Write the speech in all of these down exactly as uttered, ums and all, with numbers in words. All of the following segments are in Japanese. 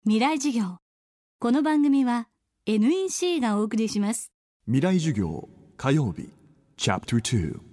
未来授業。この番組は エヌイーシー がお送りします。 未来授業火曜日チャプターに。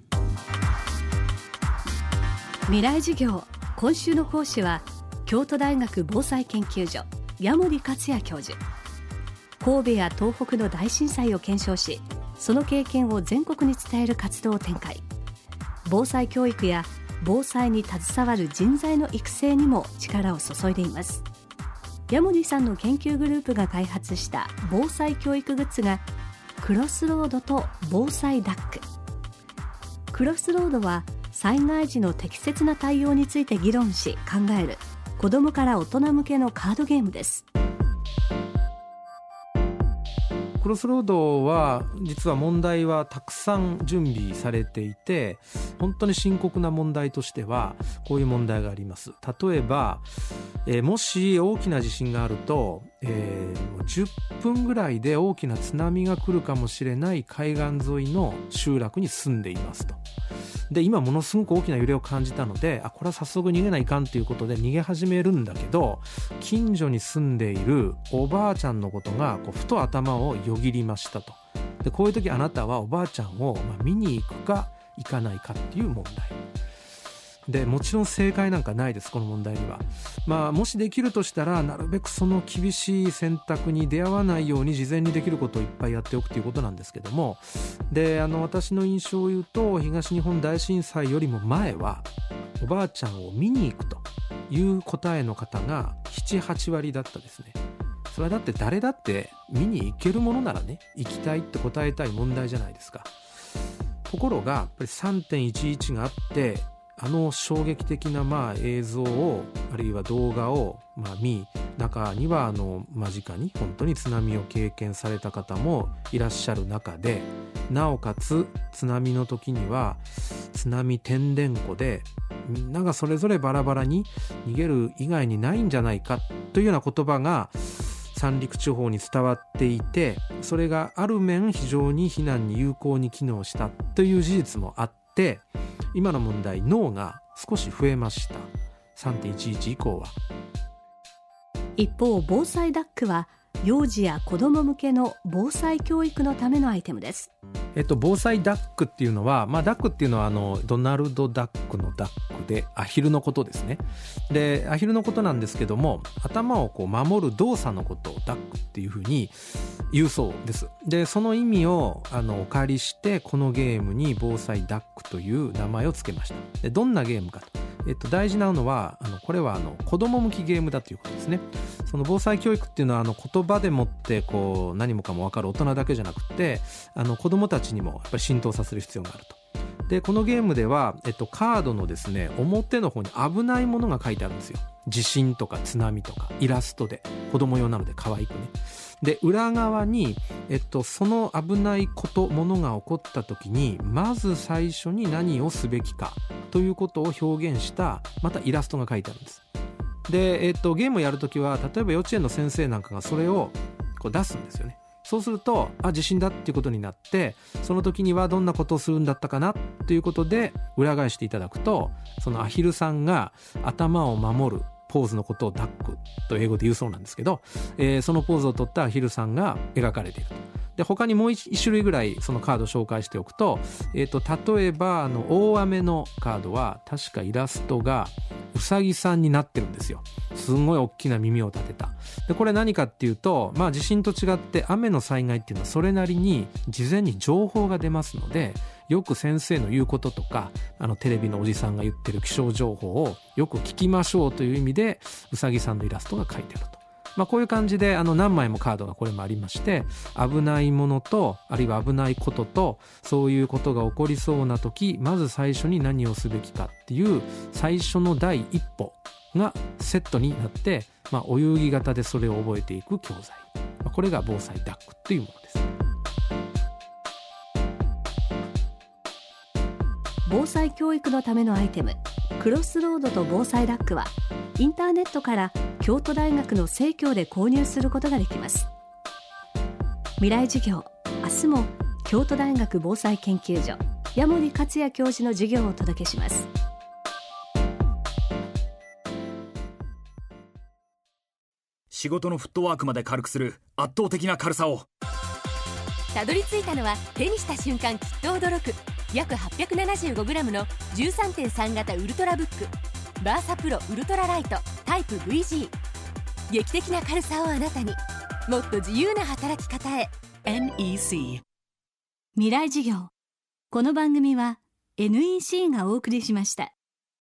未来授業、今週の講師は京都大学防災研究所矢守克也教授。神戸や東北の大震災を検証し、その経験を全国に伝える活動を展開。防災教育や防災に携わる人材の育成にも力を注いでいます。矢守さんの研究グループが開発した防災教育グッズがクロスロードと防災ダック。クロスロードは災害時の適切な対応について議論し考える子どもから大人向けのカードゲームです。 クロスロードは実は問題はたくさん準備されていて、本当に深刻な問題としてはこういう問題があります。例えば、えー、もし大きな地震があると、えー、じゅっぷんぐらいで大きな津波が来るかもしれない海岸沿いの集落に住んでいますと。で、今ものすごく大きな揺れを感じたので、あ、これは早速逃げないかんということで逃げ始めるんだけど、近所に住んでいるおばあちゃんのことがこうふと頭をよぎりましたと。で、こういう時あなたはおばあちゃんをまあ見に行くか行かないかっていう問題で、もちろん正解なんかないです、この問題には。まあ、もしできるとしたらなるべくその厳しい選択に出会わないように事前にできることをいっぱいやっておくということなんですけども、で、あの私の印象を言うと、東日本大震災よりも前はおばあちゃんを見に行くという答えの方がなな、はちわりだったですね。それはだって誰だって見に行けるものならね、行きたいって答えたい問題じゃないですか。ところがやっぱり さんてんいちいち があって、あの衝撃的なまあ映像を、あるいは動画をまあ見、中にはあの間近に本当に津波を経験された方もいらっしゃる中で、なおかつ津波の時には津波てんでんこでみんながそれぞれバラバラに逃げる以外にないんじゃないかというような言葉が三陸地方に伝わっていて、それがある面非常に避難に有効に機能したという事実もあって、今の問題脳が少し増えました。 さんてんいちいち 以降は。 一方、防災ダックは幼児や子ども向けの防災教育のためのアイテムです。 えっと、防災ダックっていうのは、まあ、ダックっていうのはあのドナルド・ダックのダックでアヒルのことですね。で、アヒルのことなんですけども、頭をこう守る動作のことをダックっていうふうに言うそうです。で、その意味をあのお借りしてこのゲームに防災ダックという名前をつけました。で、どんなゲームかと、えっと、大事なのはあのこれはあの子供向きゲームだということですね。その防災教育っていうのはあの言葉でもってこう何もかも分かる大人だけじゃなくて、あの子供たちにもやっぱり浸透させる必要があると。で、このゲームでは、えっと、カードのですね表の方に危ないものが書いてあるんですよ。地震とか津波とかイラストで、子供用なので可愛くね。で、裏側に、えっと、その危ないことものが起こった時にまず最初に何をすべきかということを表現したまたイラストが書いてあるんです。で、えっと、ゲームをやるときは例えば幼稚園の先生なんかがそれをこう出すんですよね。そうすると、あ、地震だっていうことになって、その時にはどんなことをするんだったかなということで裏返していただくと、そのアヒルさんが頭を守るポーズのことをダックと英語で言うそうなんですけど、えー、そのポーズを取ったアヒルさんが描かれていると。で、他にもう一種類ぐらいそのカードを紹介しておくと、えーと、例えばあの大雨のカードは確かイラストがウサギさんになってるんですよ。すんごい大きな耳を立てた。で、これ何かっていうと、まあ地震と違って雨の災害っていうのはそれなりに事前に情報が出ますので、よく先生の言うこととか、あのテレビのおじさんが言ってる気象情報をよく聞きましょうという意味でウサギさんのイラストが書いてあると。まあ、こういう感じであの何枚もカードがこれもありまして、危ないものとあるいは危ないことと、そういうことが起こりそうな時まず最初に何をすべきかっていう最初の第一歩がセットになって、まあ、お遊戯型でそれを覚えていく教材、まあ、これが防災ダックというものです。 防災教育のためのアイテム、クロスロードと防災ダックはインターネットから京都大学の生協で購入することができます。未来授業、明日も京都大学防災研究所矢守克也教授の授業をお届けします。 仕事のフットワークまで軽くする圧倒的な軽さを。 たどり着いたのは手にした瞬間きっと驚く約 はっぴゃくななじゅうごグラム の じゅうさんてんさん 型ウルトラブックバーサプロウルトラライトタイプ ブイジー。 劇的な軽さをあなたに。もっと自由な働き方へ。 エヌイーシー未来事業。この番組は エヌイーシー がお送りしました。